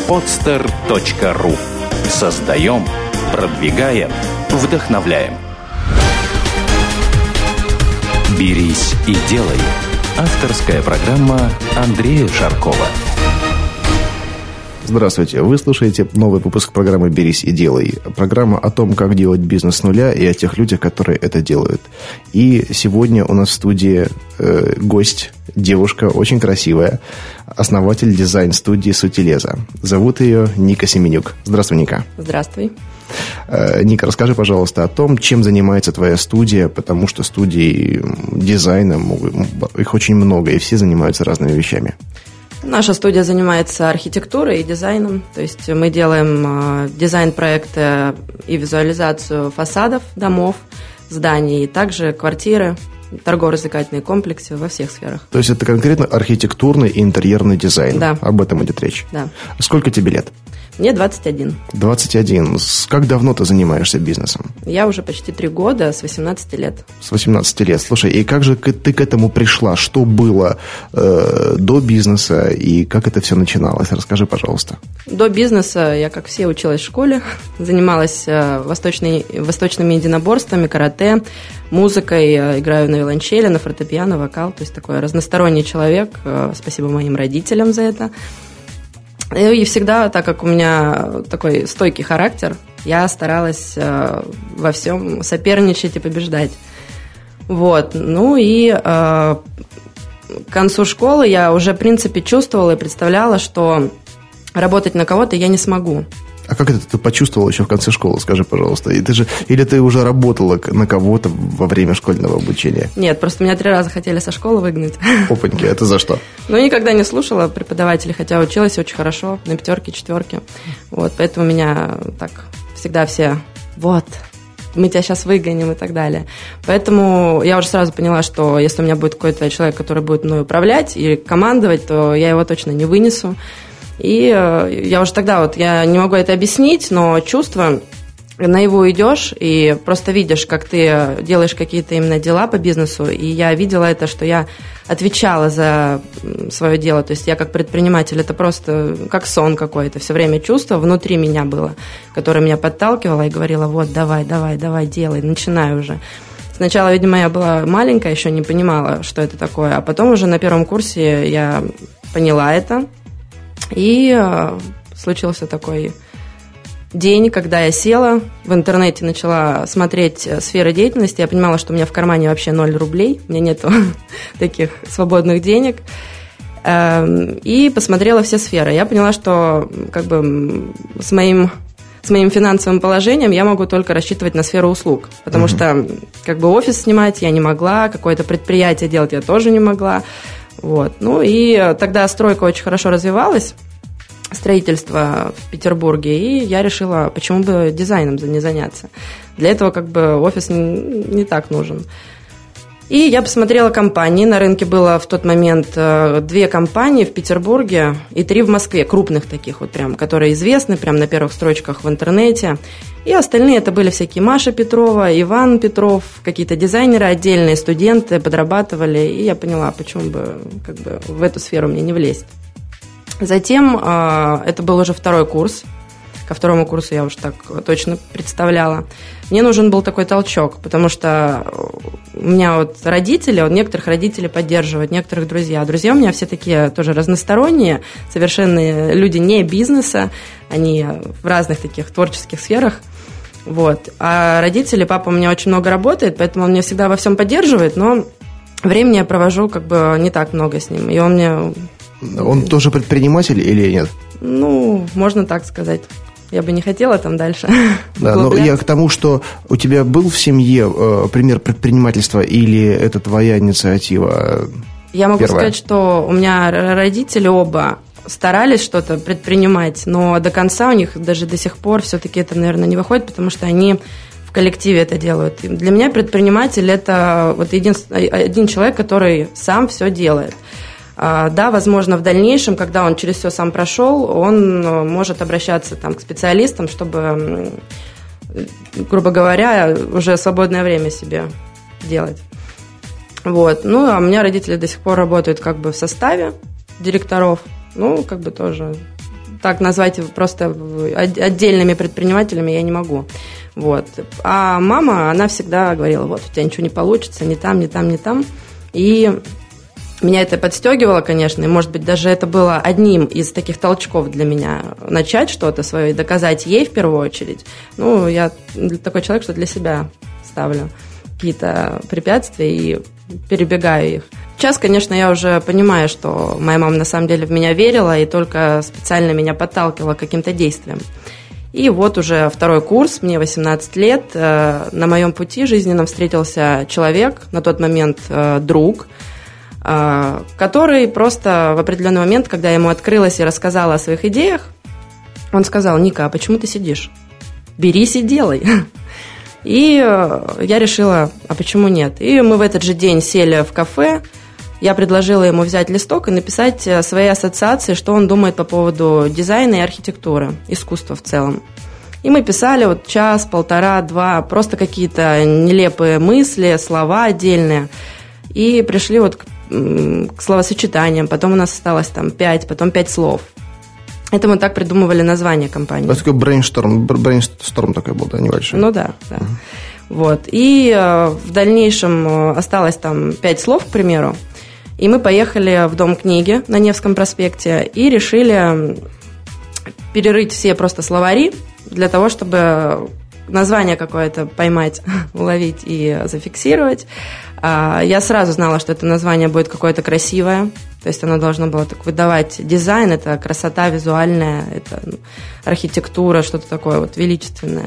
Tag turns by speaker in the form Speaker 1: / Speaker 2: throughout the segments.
Speaker 1: podster.ru. Создаем, продвигаем, вдохновляем. «Берись и делай» – авторская программа Андрея Шаркова.
Speaker 2: Здравствуйте, вы слушаете новый выпуск программы «Берись и делай». Программа о том, как делать бизнес с нуля и о тех людях, которые это делают. И сегодня у нас в студии гость, девушка, очень красивая, основатель дизайн-студии «Сутилеза». Зовут ее Ника Семенюк. Здравствуй, Ника.
Speaker 3: Здравствуй.
Speaker 2: Ника, расскажи, пожалуйста, о том, чем занимается твоя студия, потому что студий дизайна, их очень много, и все занимаются разными вещами.
Speaker 3: Наша студия занимается архитектурой и дизайном, то есть мы делаем дизайн-проекты и визуализацию фасадов домов, зданий, и также квартиры, торгово-развлекательные комплексы во всех сферах.
Speaker 2: То есть это конкретно архитектурный и интерьерный дизайн?
Speaker 3: Да.
Speaker 2: Об этом идет речь?
Speaker 3: Да.
Speaker 2: Сколько тебе лет?
Speaker 3: Мне 21.
Speaker 2: 21. Как давно ты занимаешься бизнесом?
Speaker 3: Я уже почти 3 года, с 18 лет.
Speaker 2: С 18 лет. Слушай, и как же ты к этому пришла? Что было до бизнеса и как это все начиналось? Расскажи, пожалуйста.
Speaker 3: До бизнеса я, как все, училась в школе, занималась восточными единоборствами, карате, музыкой, играю на виолончели, на фортепиано, вокал, то есть такой разносторонний человек. Спасибо моим родителям за это. И всегда, так как у меня такой стойкий характер, я старалась во всем соперничать и побеждать. Вот. Ну и к концу школы я уже, в принципе, чувствовала и представляла, что работать на кого-то я не смогу.
Speaker 2: А как это ты почувствовала еще в конце школы, скажи, пожалуйста? Или ты уже работала на кого-то во время школьного обучения?
Speaker 3: Нет, просто меня 3 раза хотели со школы выгнать.
Speaker 2: Опаньки, это за что?
Speaker 3: Ну, никогда не слушала преподавателей, хотя училась очень хорошо, на 5, 4. Вот, поэтому меня так всегда все, вот, мы тебя сейчас выгоним и так далее. Поэтому я уже сразу поняла, что если у меня будет какой-то человек, который будет мной управлять и командовать, то я его точно не вынесу. И я уже тогда, я не могу это объяснить, но чувство, наяву идешь и просто видишь, как ты делаешь какие-то именно дела по бизнесу, и я видела это, что я отвечала за свое дело, то есть я как предприниматель, это просто как сон какой-то, все время чувство внутри меня было, которое меня подталкивало и говорило, вот, давай, делай, начинай уже. Сначала, видимо, я была маленькая, еще не понимала, что это такое, а потом уже на 1 курсе я поняла это. И случился такой день, когда я села, в интернете начала смотреть сферы деятельности, я понимала, что у меня в кармане вообще 0 рублей, у меня нету таких свободных денег, и посмотрела все сферы. Я поняла, что как бы с моим финансовым положением я могу только рассчитывать на сферу услуг, потому что как бы офис снимать я не могла, какое-то предприятие делать я тоже не могла. Вот. Ну и тогда стройка очень хорошо развивалась, строительство в Петербурге, и я решила, почему бы дизайном не заняться. Для этого как бы офис не так нужен. И я посмотрела компании, на рынке было в тот момент 2 компании в Петербурге и 3 в Москве, крупных таких вот прям, которые известны прям на первых строчках в интернете. И остальные это были всякие Маша Петрова, Иван Петров, какие-то дизайнеры отдельные, студенты подрабатывали. И я поняла, почему бы как бы в эту сферу мне не влезть. Затем это был уже 2 курс. Ко 2 курсу я уже так точно представляла. Мне нужен был такой толчок, потому что у меня вот родители, некоторых родители поддерживают, некоторых друзья. Друзья у меня все такие тоже разносторонние, совершенно люди не бизнеса, они в разных таких творческих сферах. Вот. А родители, папа у меня очень много работает, поэтому он меня всегда во всем поддерживает, но времени я провожу как бы не так много с ним. И он мне...
Speaker 2: Он тоже предприниматель или нет?
Speaker 3: Ну, можно так сказать. Я бы не хотела там дальше.
Speaker 2: Да, но я к тому, что у тебя был в семье пример предпринимательства или это твоя инициатива?
Speaker 3: Я могу
Speaker 2: первая?
Speaker 3: сказать, что у меня родители оба старались что-то предпринимать, но до конца у них даже до сих пор все-таки это, наверное, не выходит, потому что они в коллективе это делают. И для меня предприниматель – это вот один человек, который сам все делает. Да, возможно, в дальнейшем, когда он через все сам прошел, он может обращаться там, к специалистам, чтобы, грубо говоря, уже свободное время себе делать. Вот. Ну, а у меня родители до сих пор работают как бы в составе директоров. Ну, как бы тоже так назвать просто отдельными предпринимателями я не могу. Вот. А мама, она всегда говорила, вот, у тебя ничего не получится, не там, не там, не там. И меня это подстегивало, конечно, и, может быть, даже это было одним из таких толчков для меня начать что-то свое и доказать ей в первую очередь. Ну, я такой человек, что для себя ставлю какие-то препятствия и перебегаю их. Сейчас, конечно, я уже понимаю, что моя мама на самом деле в меня верила и только специально меня подталкивала к каким-то действиям. И вот уже второй курс, мне 18 лет, на моем пути жизненном встретился человек, на тот момент друг, который просто в определенный момент, когда я ему открылась и рассказала о своих идеях, он сказал: «Ника, а почему ты сидишь? Берись и делай». И я решила, а почему нет? И мы в этот же день сели в кафе, я предложила ему взять листок и написать свои ассоциации, что он думает по поводу дизайна и архитектуры, искусства в целом. И мы писали вот час, полтора, два, просто какие-то нелепые мысли, слова отдельные. И пришли вот к словосочетаниям, потом у нас осталось там 5, потом 5 слов. Это мы так придумывали название компании.
Speaker 2: Это такой брейншторм такой был, да, небольшой?
Speaker 3: Ну да, да. Вот. И в дальнейшем осталось там 5 слов, к примеру. И мы поехали в Дом книги на Невском проспекте и решили перерыть все просто словари для того, чтобы название какое-то поймать, уловить и зафиксировать. Я сразу знала, что это название будет какое-то красивое, то есть оно должно было так выдавать дизайн, это красота визуальная, это архитектура, что-то такое вот величественное.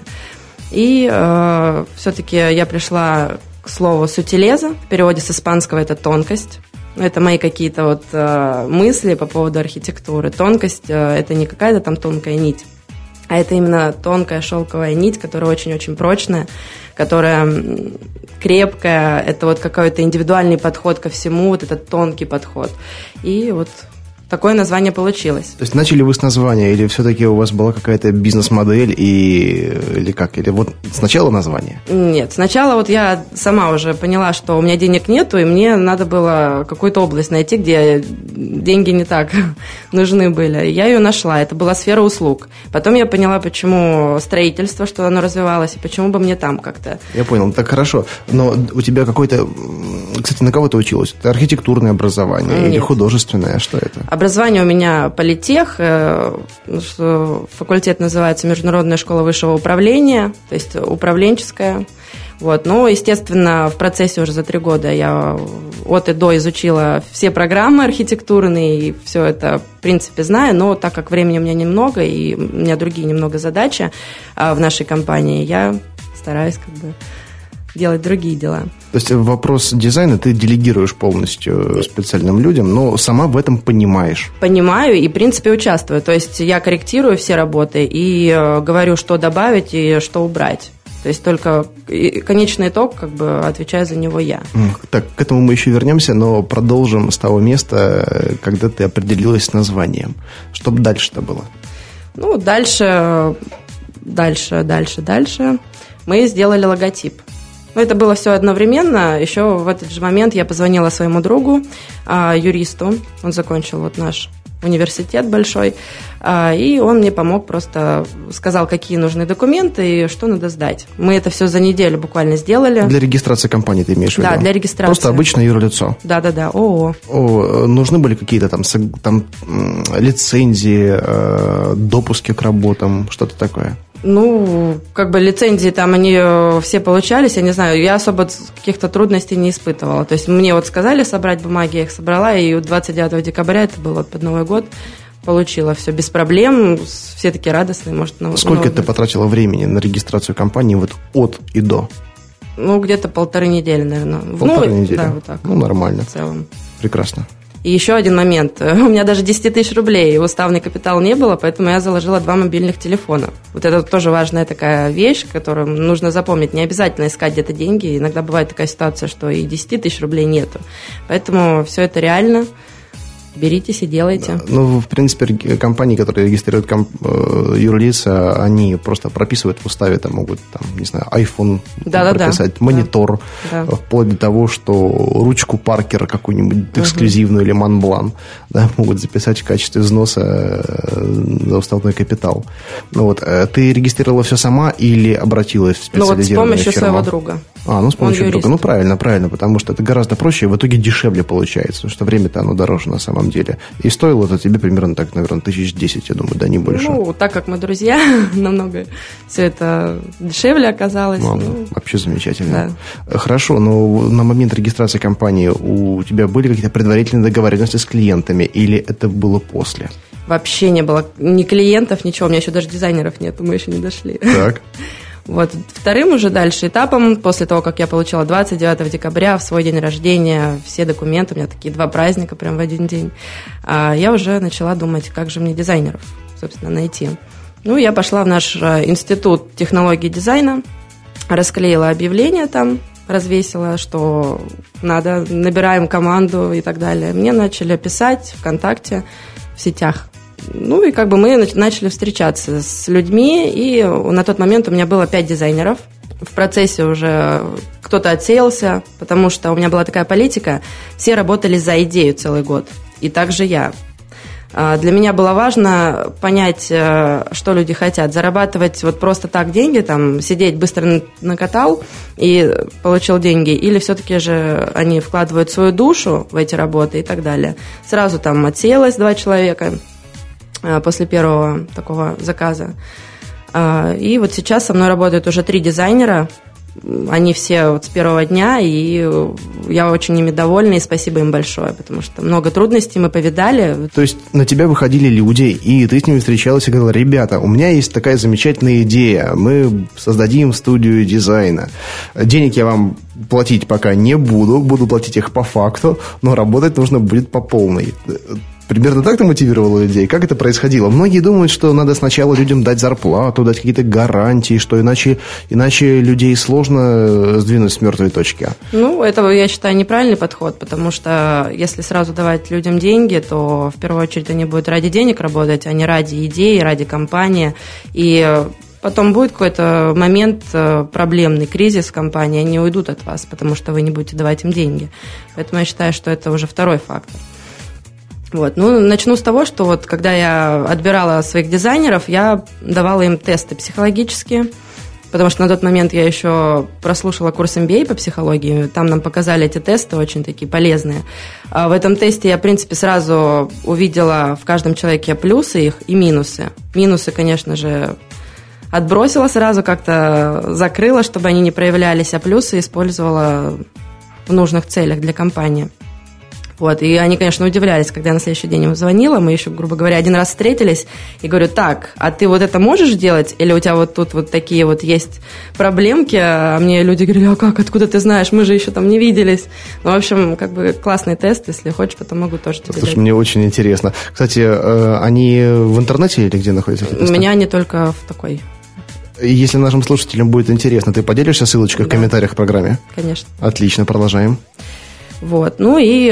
Speaker 3: И все-таки я пришла к слову «сутилеза», в переводе с испанского это «тонкость». Это мои какие-то вот мысли по поводу архитектуры. Тонкость – это не какая-то там тонкая нить, а это именно тонкая шелковая нить, которая очень-очень прочная, которая крепкая. Это вот какой-то индивидуальный подход ко всему, вот этот тонкий подход. И вот такое название получилось.
Speaker 2: То есть начали вы с названия, или все-таки у вас была какая-то бизнес-модель, или как? Или вот сначала название?
Speaker 3: Нет, сначала вот я сама уже поняла, что у меня денег нету, и мне надо было какую-то область найти, где деньги не так нужны были. Я ее нашла, это была сфера услуг. Потом я поняла, почему строительство, что оно развивалось, и почему бы мне там как-то.
Speaker 2: Я понял, так хорошо. Но у тебя какой-то... Кстати, на кого ты училась? Это архитектурное образование? Нет. Или художественное? Что это?
Speaker 3: Образование у меня политех, факультет называется Международная школа высшего управления, то есть управленческая. Вот. Но, естественно, в процессе уже за 3 года я от и до изучила все программы архитектурные, и все это, в принципе, знаю, но так как времени у меня немного, и у меня другие немного задачи в нашей компании, я стараюсь как бы делать другие дела.
Speaker 2: То есть вопрос дизайна ты делегируешь полностью специальным людям, но сама в этом понимаешь.
Speaker 3: Понимаю и, в принципе, участвую. То есть я корректирую все работы и говорю, что добавить и что убрать. То есть только конечный итог, как бы, отвечаю за него я.
Speaker 2: Так, к этому мы еще вернемся, но продолжим с того места, когда ты определилась с названием. Что дальше-то было? Ну, дальше
Speaker 3: мы сделали логотип. Но это было все одновременно. Еще в этот же момент я позвонила своему другу, юристу. Он закончил вот наш университет большой. И он мне помог, просто сказал, какие нужны документы и что надо сдать. Мы это все за неделю буквально сделали.
Speaker 2: Для регистрации компании ты имеешь в виду?
Speaker 3: Да, для регистрации.
Speaker 2: Просто обычное юрлицо?
Speaker 3: Да, ООО.
Speaker 2: Нужны были какие-то там лицензии, допуски к работам, что-то такое?
Speaker 3: Ну, как бы лицензии там, они все получались, я не знаю, я особо каких-то трудностей не испытывала. То есть мне вот сказали собрать бумаги, я их собрала, и 29 декабря, это было под Новый год, получила все без проблем, все такие радостные. Может,
Speaker 2: сколько ты потратила времени на регистрацию компании вот от и до?
Speaker 3: Ну, где-то 1,5 недели, наверное.
Speaker 2: 1,5 недели?
Speaker 3: Да, вот так.
Speaker 2: Ну, нормально.
Speaker 3: В целом.
Speaker 2: Прекрасно.
Speaker 3: И еще один момент. У меня даже 10 тысяч рублей уставный капитал не было, поэтому я заложила 2 мобильных телефона. Вот это тоже важная такая вещь, которую нужно запомнить. Не обязательно искать где-то деньги. Иногда бывает такая ситуация, что и 10 тысяч рублей нету. Поэтому все это реально. беритесь и делайте.
Speaker 2: Ну, в принципе, компании, которые регистрируют юрлица, они просто прописывают в уставе, там могут, там, не знаю, iPhone прописать, монитор, вплоть до того, что ручку Паркера какую-нибудь эксклюзивную или Монблан, да, могут записать в качестве взноса за уставной капитал. Ну, вот, ты регистрировала все сама или обратилась в специализированную фирму?
Speaker 3: Ну, вот с помощью своего друга.
Speaker 2: С помощью друга. Ну, правильно, потому что это гораздо проще, и в итоге дешевле получается, потому что время-то оно дороже на самом деле. И стоило это тебе примерно так, наверное, 1010, я думаю, да, не больше.
Speaker 3: Ну, так как мы друзья, намного все это дешевле оказалось.
Speaker 2: Вообще замечательно. Да. Хорошо, но на момент регистрации компании у тебя были какие-то предварительные договоренности с клиентами, или это было после?
Speaker 3: Вообще не было ни клиентов, ничего. У меня еще даже дизайнеров нет, мы еще не дошли.
Speaker 2: Так.
Speaker 3: Вот. Вторым уже дальше этапом, после того, как я получила 29 декабря в свой день рождения все документы, у меня такие 2 праздника прям в один день, я уже начала думать, как же мне дизайнеров, собственно, найти. Ну, я пошла в наш институт технологий дизайна, расклеила объявление там, развесила, что надо, набираем команду и так далее. Мне начали писать ВКонтакте, в сетях. Ну, и как бы мы начали встречаться с людьми, и на тот момент у меня было 5 дизайнеров. В процессе уже кто-то отсеялся, потому что у меня была такая политика, все работали за идею целый год, и также я. Для меня было важно понять, что люди хотят. Зарабатывать вот просто так деньги, там, сидеть быстро накатал и получил деньги, или все-таки же они вкладывают свою душу в эти работы и так далее. Сразу там отсеялось 2 человека после первого такого заказа. И вот сейчас со мной работают уже 3 дизайнера. Они все вот с первого дня, и я очень ими довольна, и спасибо им большое, потому что много трудностей мы повидали.
Speaker 2: То есть на тебя выходили люди, и ты с ними встречалась и говорила: ребята, у меня есть такая замечательная идея, мы создадим студию дизайна. Денег я вам платить пока не буду платить их по факту, но работать нужно будет по полной. Примерно так ты мотивировала людей? Как это происходило? Многие думают, что надо сначала людям дать зарплату, дать какие-то гарантии, что иначе людей сложно сдвинуть с мертвой точки.
Speaker 3: Ну, это, я считаю, неправильный подход, потому что если сразу давать людям деньги, то в первую очередь они будут ради денег работать, а не ради идеи, ради компании. И потом будет какой-то момент, проблемный кризис в компании, они уйдут от вас, потому что вы не будете давать им деньги. Поэтому я считаю, что это уже второй фактор. Вот. Ну, начну с того, что вот когда я отбирала своих дизайнеров, я давала им тесты психологические, потому что на тот момент я еще прослушала курс MBA по психологии, там нам показали эти тесты очень такие полезные. А в этом тесте я, в принципе, сразу увидела в каждом человеке плюсы их и минусы. Минусы, конечно же, отбросила сразу, как-то закрыла, чтобы они не проявлялись, а плюсы использовала в нужных целях для компании. Вот, и они, конечно, удивлялись, когда я на следующий день им звонила, мы еще, грубо говоря, один раз встретились, и говорю: так, а ты вот это можешь делать, или у тебя вот тут вот такие вот есть проблемки, а мне люди говорили: а как, откуда ты знаешь, мы же еще там не виделись. Ну, в общем, как бы классный тест, если хочешь, потом могу тоже тебе
Speaker 2: дать. Мне очень интересно. Кстати, они в интернете или где находятся?
Speaker 3: У меня они только в такой...
Speaker 2: Если нашим слушателям будет интересно, ты поделишься ссылочкой в комментариях к программе?
Speaker 3: Конечно.
Speaker 2: Отлично, продолжаем.
Speaker 3: Вот, ну и,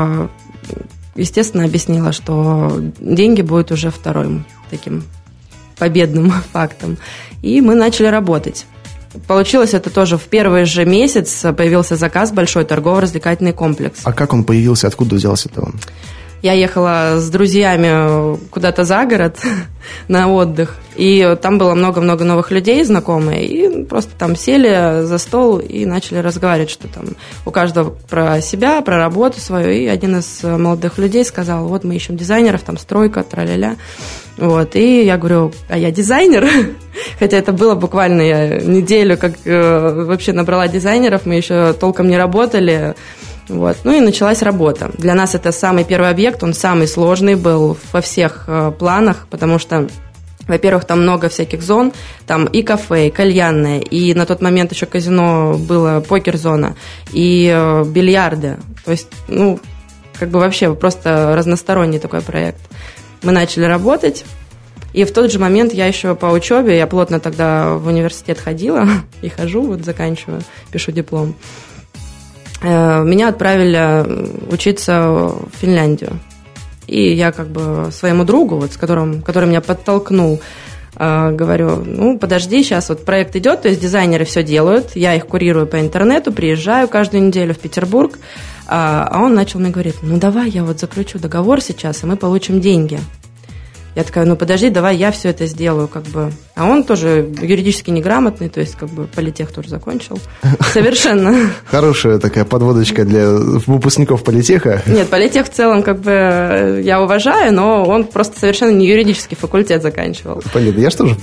Speaker 3: естественно, объяснила, что деньги будут уже вторым таким победным фактом. И мы начали работать. Получилось это тоже в первый же месяц, появился заказ, большой торгово-развлекательный комплекс.
Speaker 2: А как он появился, откуда взялся-то он?
Speaker 3: Я ехала с друзьями куда-то за город на отдых, и там было много-много новых людей, знакомые, и просто там сели за стол и начали разговаривать, что там у каждого про себя, про работу свою, и один из молодых людей сказал: вот мы ищем дизайнеров, там стройка, тра-ля-ля. Вот, и я говорю: а я дизайнер? Хотя это было буквально я неделю, как вообще набрала дизайнеров, мы еще толком не работали. Вот. Ну и началась работа. Для нас это самый первый объект, он самый сложный был во всех планах, потому что, во-первых, там много всяких зон, там и кафе, и кальянная, и на тот момент еще казино было, покер-зона, и бильярды. То есть, ну, как бы вообще просто разносторонний такой проект. Мы начали работать, и в тот же момент я еще по учебе, я плотно тогда в университет ходила, и хожу, вот заканчиваю, пишу диплом. Меня отправили учиться в Финляндию. И я как бы своему другу, вот, который меня подтолкнул, говорю, ну, подожди, сейчас вот проект идет, то есть дизайнеры все делают, я их курирую по интернету, приезжаю каждую неделю в Петербург, а он начал мне говорить, ну, давай я вот заключу договор сейчас, и мы получим деньги. Я такая, ну, подожди, давай я все это сделаю, как бы. А он тоже юридически неграмотный, то есть, как бы, политех тоже закончил. Совершенно.
Speaker 2: Хорошая такая подводочка для выпускников политеха.
Speaker 3: Нет, политех в целом, как бы, я уважаю, но он просто совершенно не юридический факультет заканчивал.
Speaker 2: Понятно. Я же тоже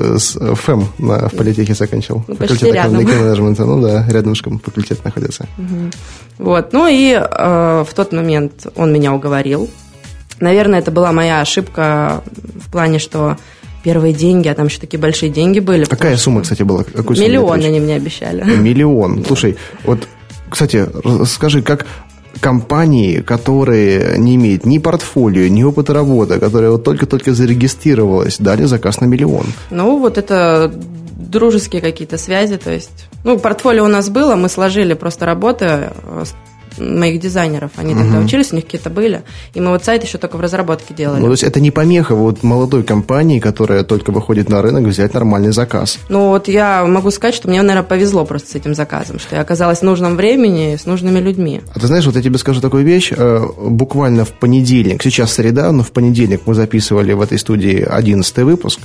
Speaker 2: ФЭМ в политехе заканчивал.
Speaker 3: Ну, почти рядом.
Speaker 2: Ну да, рядышком факультет находится.
Speaker 3: Вот, ну и в тот момент он меня уговорил. Наверное, это была моя ошибка в плане, что первые деньги, а там еще такие большие деньги были.
Speaker 2: Какая сумма, кстати, была?
Speaker 3: Миллион они мне обещали.
Speaker 2: Миллион. Слушай, вот, кстати, скажи, как компании, которые не имеют ни портфолио, ни опыта работы, которая вот только-только зарегистрировалась, дали заказ на миллион?
Speaker 3: Ну, вот это дружеские какие-то связи, то есть... Ну, портфолио у нас было, мы сложили просто работы моих дизайнеров, они тогда учились, у них какие-то были, и мы вот сайт еще только в разработке делали.
Speaker 2: Ну, то есть это не помеха вот молодой компании, которая только выходит на рынок, взять нормальный заказ?
Speaker 3: Ну, вот я могу сказать, что мне, наверное, повезло просто с этим заказом, что я оказалась в нужном времени с нужными людьми.
Speaker 2: А ты знаешь, вот я тебе скажу такую вещь, буквально в понедельник, сейчас среда, но в понедельник мы записывали в этой студии 11-й выпуск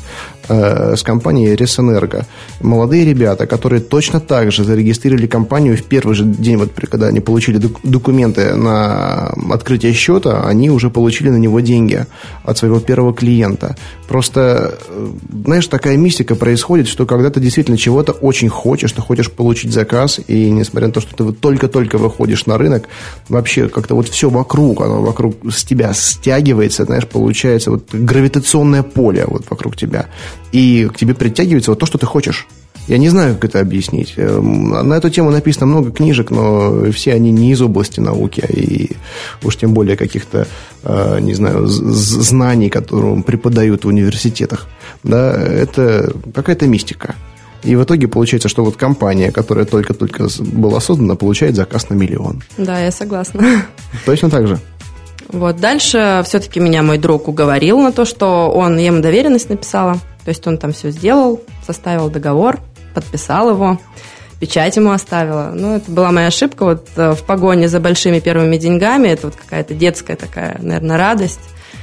Speaker 2: с компанией Ресэнерго. Молодые ребята, которые точно так же зарегистрировали компанию в первый же день, вот когда они получили документы на открытие счета, они уже получили на него деньги от своего первого клиента. Просто, знаешь, такая мистика происходит, что когда ты действительно чего-то очень хочешь, ты хочешь получить заказ, и несмотря на то, что ты вот только-только выходишь на рынок, вообще как-то вот все вокруг, оно вокруг с тебя стягивается, знаешь, получается вот гравитационное поле вот вокруг тебя, и к тебе притягивается вот то, что ты хочешь. Я не знаю, как это объяснить. На эту тему написано много книжек, но все они не из области науки, и уж тем более каких-то, не знаю, знаний, которые преподают в университетах. Да, это какая-то мистика. И в итоге получается, что вот компания, которая только-только была создана, получает заказ на миллион.
Speaker 3: Да, я согласна.
Speaker 2: Точно так же.
Speaker 3: Вот, дальше все-таки меня мой друг уговорил на то, что я ему доверенность написала. То есть он там все сделал, составил договор, подписал его, печать ему оставила. Ну, это была моя ошибка вот в погоне за большими первыми деньгами. Это вот какая-то детская такая, наверное, радость.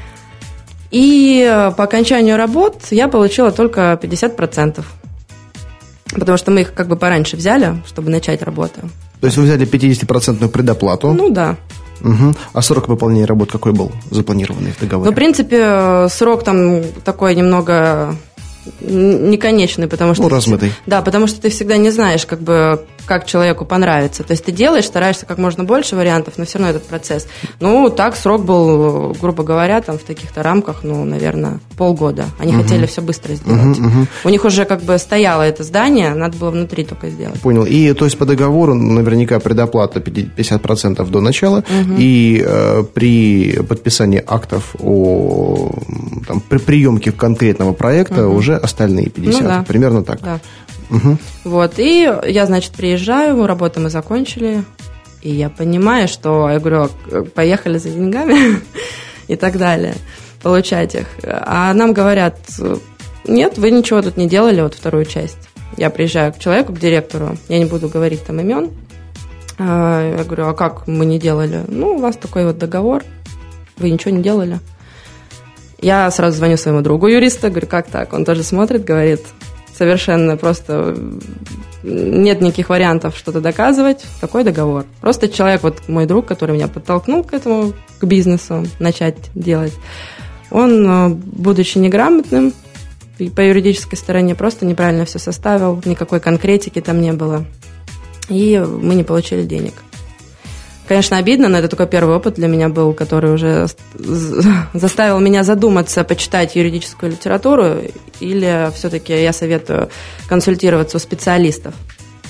Speaker 3: И по окончанию работ я получила только 50%. Потому что мы их как бы пораньше взяли, чтобы начать работу.
Speaker 2: То есть вы взяли 50% предоплату?
Speaker 3: Ну, да.
Speaker 2: Угу. А срок выполнения работ какой был запланированный в договоре?
Speaker 3: Ну, в принципе, срок там такой немного неконечный, потому что...
Speaker 2: Ну, размытый.
Speaker 3: Да, потому что ты всегда не знаешь, как бы, как человеку понравится. То есть ты делаешь, стараешься как можно больше вариантов, но все равно этот процесс. Ну, так срок был, грубо говоря, там в таких-то рамках, ну, наверное, полгода. Они хотели все быстро сделать. У них уже как бы стояло это здание, надо было внутри только сделать.
Speaker 2: Понял. И то есть по договору наверняка предоплата 50% до начала, и при подписании актов о при приемке конкретного проекта уже остальные 50%. Ну, да. Примерно так.
Speaker 3: Да. Вот, и я, значит, приезжаю, работу мы закончили, и я понимаю, что, я говорю, поехали за деньгами и так далее, получать их. А нам говорят, нет, вы ничего тут не делали, вот вторую часть. Я приезжаю к человеку, к директору, я не буду говорить там имен. Я говорю, а как мы не делали? Ну, у вас такой вот договор, вы ничего не делали. Я сразу звоню своему другу юриста, говорю, как так? Он тоже смотрит, говорит, совершенно просто нет никаких вариантов что-то доказывать, такой договор. Просто человек, вот мой друг, который меня подтолкнул к этому, к бизнесу, начать делать, он, будучи неграмотным, по юридической стороне просто неправильно все составил, никакой конкретики там не было, и мы не получили денег. Конечно, обидно, но это такой первый опыт для меня был, который уже заставил меня задуматься, почитать юридическую литературу, или все-таки я советую консультироваться у специалистов.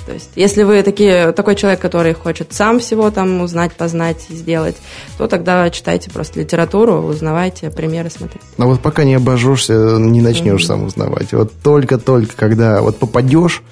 Speaker 3: То есть, если вы такой человек, который хочет сам всего там узнать, познать и сделать, то тогда читайте просто литературу, узнавайте, примеры смотрите.
Speaker 2: Но вот пока не обожжешься, не начнешь сам узнавать. Вот только-только, когда вот попадешь,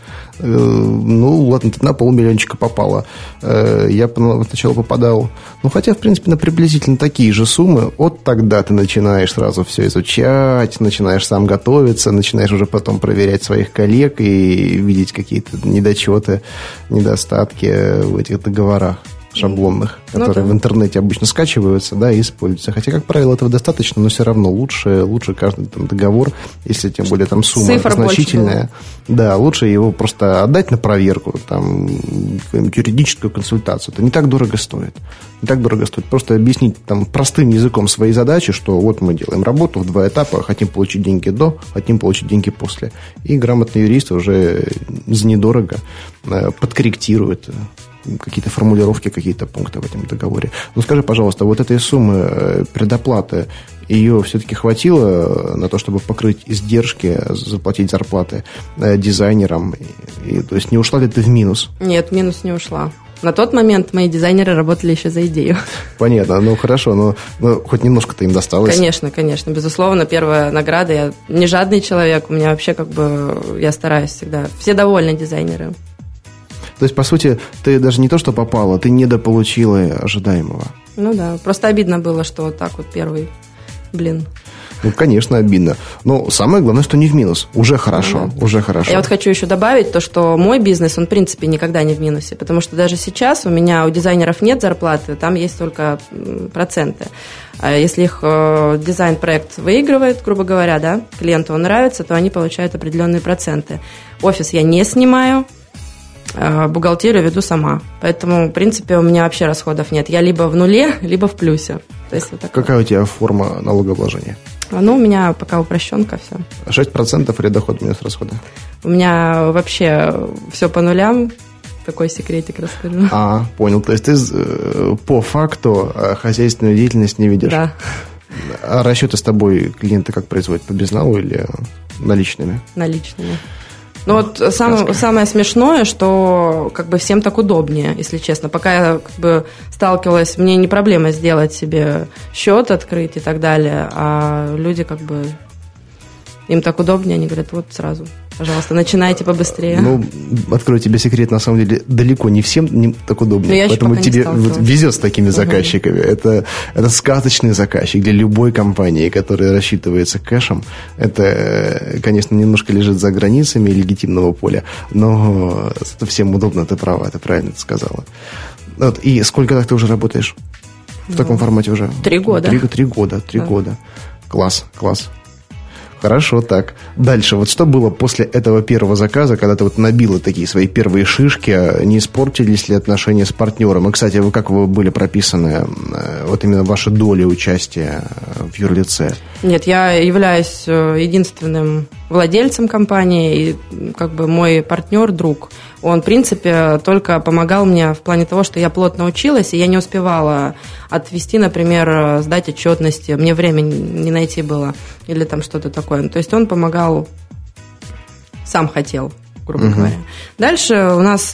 Speaker 2: ну, ладно, ты на 500 000 попала. Я сначала попадал, ну, хотя, в принципе, на приблизительно такие же суммы. Вот тогда ты начинаешь сразу все изучать, начинаешь сам готовиться, начинаешь уже потом проверять своих коллег и видеть какие-то недочеты, недостатки в этих договорах шаблонных, которые в интернете обычно скачиваются, да, и используются. Хотя, как правило, этого достаточно, но все равно лучше каждый там договор, если тем более там сумма
Speaker 3: цифр
Speaker 2: значительная, да, лучше его просто отдать на проверку, там, юридическую консультацию. Это не так дорого стоит. Не так дорого стоит. Просто объяснить там простым языком свои задачи, что вот мы делаем работу в 2 этапа, хотим получить деньги до, хотим получить деньги после. И грамотный юрист уже за недорого подкорректирует какие-то формулировки, какие-то пункты в этом договоре. Ну, скажи, пожалуйста, вот этой суммы предоплаты, ее все-таки хватило на то, чтобы покрыть издержки, заплатить зарплаты дизайнерам? То есть не ушла ли ты в минус?
Speaker 3: Нет, в минус не ушла. На тот момент мои дизайнеры работали еще за идею.
Speaker 2: Понятно, ну хорошо, но хоть немножко-то им досталось.
Speaker 3: Конечно, конечно, безусловно, первая награда. Я не жадный человек, у меня вообще я стараюсь всегда. Все довольны дизайнеры.
Speaker 2: То есть, по сути, ты даже не то, что попала, ты недополучила ожидаемого.
Speaker 3: Ну да, просто обидно было, что вот так вот первый,
Speaker 2: Ну, конечно, обидно. Но самое главное, что не в минус. Уже хорошо, уже хорошо.
Speaker 3: Я вот хочу еще добавить то, что мой бизнес, он, в принципе, никогда не в минусе. Потому что даже сейчас у дизайнеров нет зарплаты, там есть только проценты. Если их дизайн-проект выигрывает, грубо говоря, да, клиенту он нравится, то они получают определенные проценты. Офис я не снимаю, бухгалтерию веду сама. Поэтому, в принципе, у меня вообще расходов нет. Я либо в нуле, либо в плюсе. То есть вот
Speaker 2: какая у тебя форма налогообложения?
Speaker 3: Ну, у меня пока упрощенка все.
Speaker 2: 6% или доход минус расходы?
Speaker 3: У меня вообще все по нулям. Такой секретик расскажу.
Speaker 2: Понял. То есть ты по факту хозяйственную деятельность не ведешь?
Speaker 3: Да.
Speaker 2: А расчеты с тобой клиенты как производят? По безналу или наличными?
Speaker 3: Наличными. Ну вот самое смешное, что как бы всем так удобнее, если честно. Пока я как бы сталкивалась, мне не проблема сделать себе счет, открыть и так далее, а люди как бы, им так удобнее, они говорят, вот сразу, пожалуйста, начинайте побыстрее.
Speaker 2: Ну, открою тебе секрет, на самом деле, далеко не всем не так удобно. Поэтому тебе везет с такими заказчиками. Это сказочный заказчик для любой компании, которая рассчитывается кэшем. Это, конечно, немножко лежит за границами легитимного поля, но это всем удобно, ты права, ты правильно это сказала. Вот. И сколько так ты уже работаешь в таком формате уже?
Speaker 3: 3 года.
Speaker 2: 3 года. Класс. Хорошо, так. Дальше, вот что было после этого первого заказа, когда ты вот набила такие свои первые шишки, не испортились ли отношения с партнером? И, кстати, как вы были прописаны, вот именно ваша доля участия в юрлице?
Speaker 3: Нет, я являюсь единственным владельцем компании, и как бы мой партнер, друг, он, в принципе, только помогал мне в плане того, что я плотно училась, и я не успевала отвести, например, сдать отчетности, мне времени не найти было, или там что-то такое. То есть он помогал, сам хотел, грубо говоря. Дальше у нас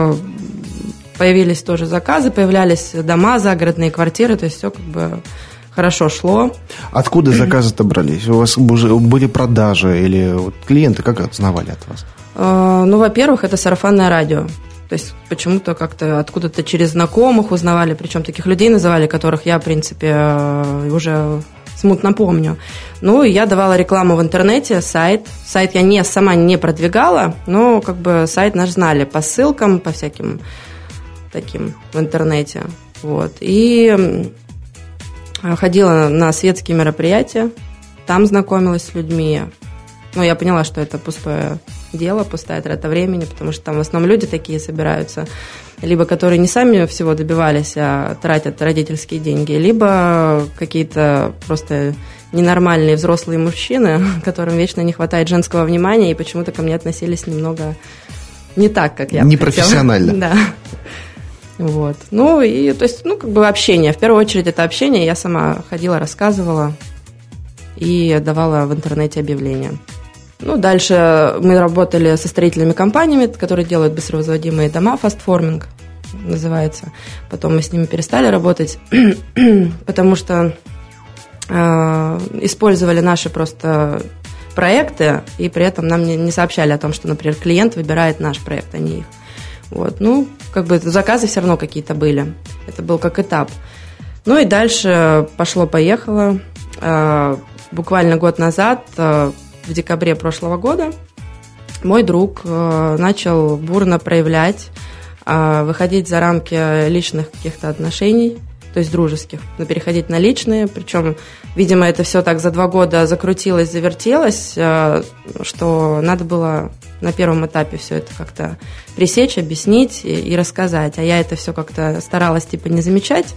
Speaker 3: появились тоже заказы, появлялись дома, загородные квартиры, то есть все как бы хорошо шло.
Speaker 2: Откуда заказы-то брались? У вас были продажи или вот клиенты как узнавали от вас?
Speaker 3: Ну, во-первых, это сарафанное радио. То есть почему-то как-то откуда-то через знакомых узнавали, причем таких людей называли, которых я, в принципе, уже смутно помню. Ну, и я давала рекламу в интернете, сайт. Сайт я сама не продвигала, но как бы сайт наш знали по ссылкам, по всяким таким в интернете. Вот. И ходила на светские мероприятия, там знакомилась с людьми. Ну, я поняла, что это пустое дело, пустая трата времени, потому что там в основном люди такие собираются, либо которые не сами всего добивались, а тратят родительские деньги, либо какие-то просто ненормальные взрослые мужчины, которым вечно не хватает женского внимания, и почему-то ко мне относились немного не так, как я бы хотела.
Speaker 2: Непрофессионально.
Speaker 3: Да. Вот. Ну, и, то есть, как бы общение. В первую очередь это общение. Я сама ходила, рассказывала и давала в интернете объявления. Дальше мы работали со строительными компаниями, которые делают быстровозводимые дома, фастформинг называется. Потом мы с ними перестали работать, потому что использовали наши просто проекты, и при этом нам не сообщали о том, что, например, клиент выбирает наш проект, а не их. Заказы все равно какие-то были. Это был как этап. И дальше пошло-поехало. Буквально год назад, в декабре прошлого года, мой друг начал бурно проявлять, выходить за рамки личных каких-то отношений, то есть дружеских, но переходить на личные. Причем, видимо, это все так за 2 года закрутилось, завертелось, что надо было на первом этапе все это как-то пресечь, объяснить и рассказать. А я это все как-то старалась не замечать.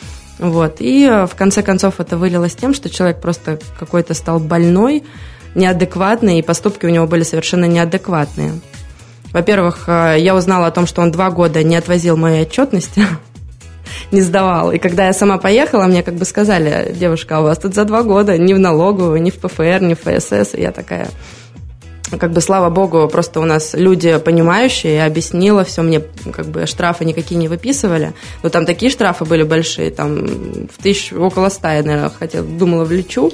Speaker 3: И в конце концов это вылилось тем, что человек просто какой-то стал больной, неадекватный, и поступки у него были совершенно неадекватные. Во-первых, я узнала о том, что он 2 года не отвозил мои отчетности, не сдавал. И когда я сама поехала, мне сказали: девушка, у вас тут за 2 года ни в налоговую, ни в ПФР, ни в ФСС. И я такая, слава богу, просто у нас люди понимающие, я объяснила все, мне штрафы никакие не выписывали. Но там такие штрафы были большие, там в 1000, около 100, я, наверное, думала, влечу.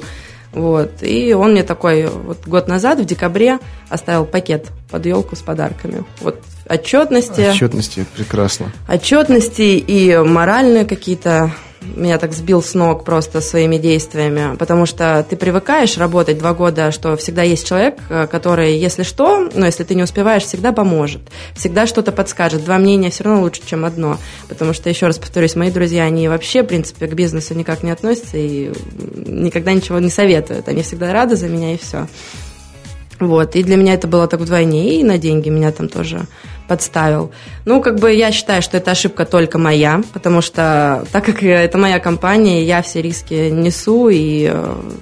Speaker 3: И он мне такой год назад, в декабре, оставил пакет под елку с подарками. Отчетности.
Speaker 2: Отчетности, прекрасно.
Speaker 3: Отчетности и моральные какие-то. Меня так сбил с ног просто своими действиями, потому что ты привыкаешь работать 2 года, что всегда есть человек, который, если что, если ты не успеваешь, всегда поможет, всегда что-то подскажет. 2 мнения все равно лучше, чем 1, потому что, еще раз повторюсь, мои друзья, они вообще, в принципе, к бизнесу никак не относятся и никогда ничего не советуют. Они всегда рады за меня, и все. И для меня это было так вдвойне, и на деньги меня там тоже подставил. Я считаю, что это ошибка только моя, потому что, так как это моя компания, я все риски несу, и,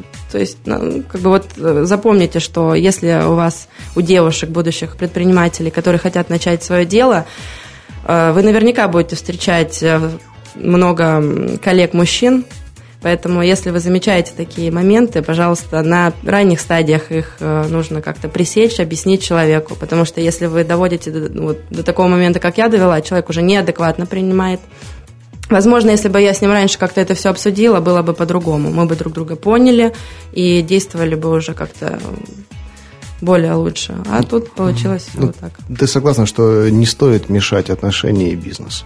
Speaker 3: запомните, что если у девушек, будущих предпринимателей, которые хотят начать свое дело, вы наверняка будете встречать много коллег-мужчин. Поэтому, если вы замечаете такие моменты, пожалуйста, на ранних стадиях их нужно как-то пресечь, объяснить человеку. Потому что если вы доводите до такого момента, как я довела, человек уже неадекватно принимает. Возможно, если бы я с ним раньше как-то это все обсудила, было бы по-другому. Мы бы друг друга поняли и действовали бы уже как-то более лучше. А тут получилось так.
Speaker 2: Ты согласна, что не стоит мешать отношения и бизнес?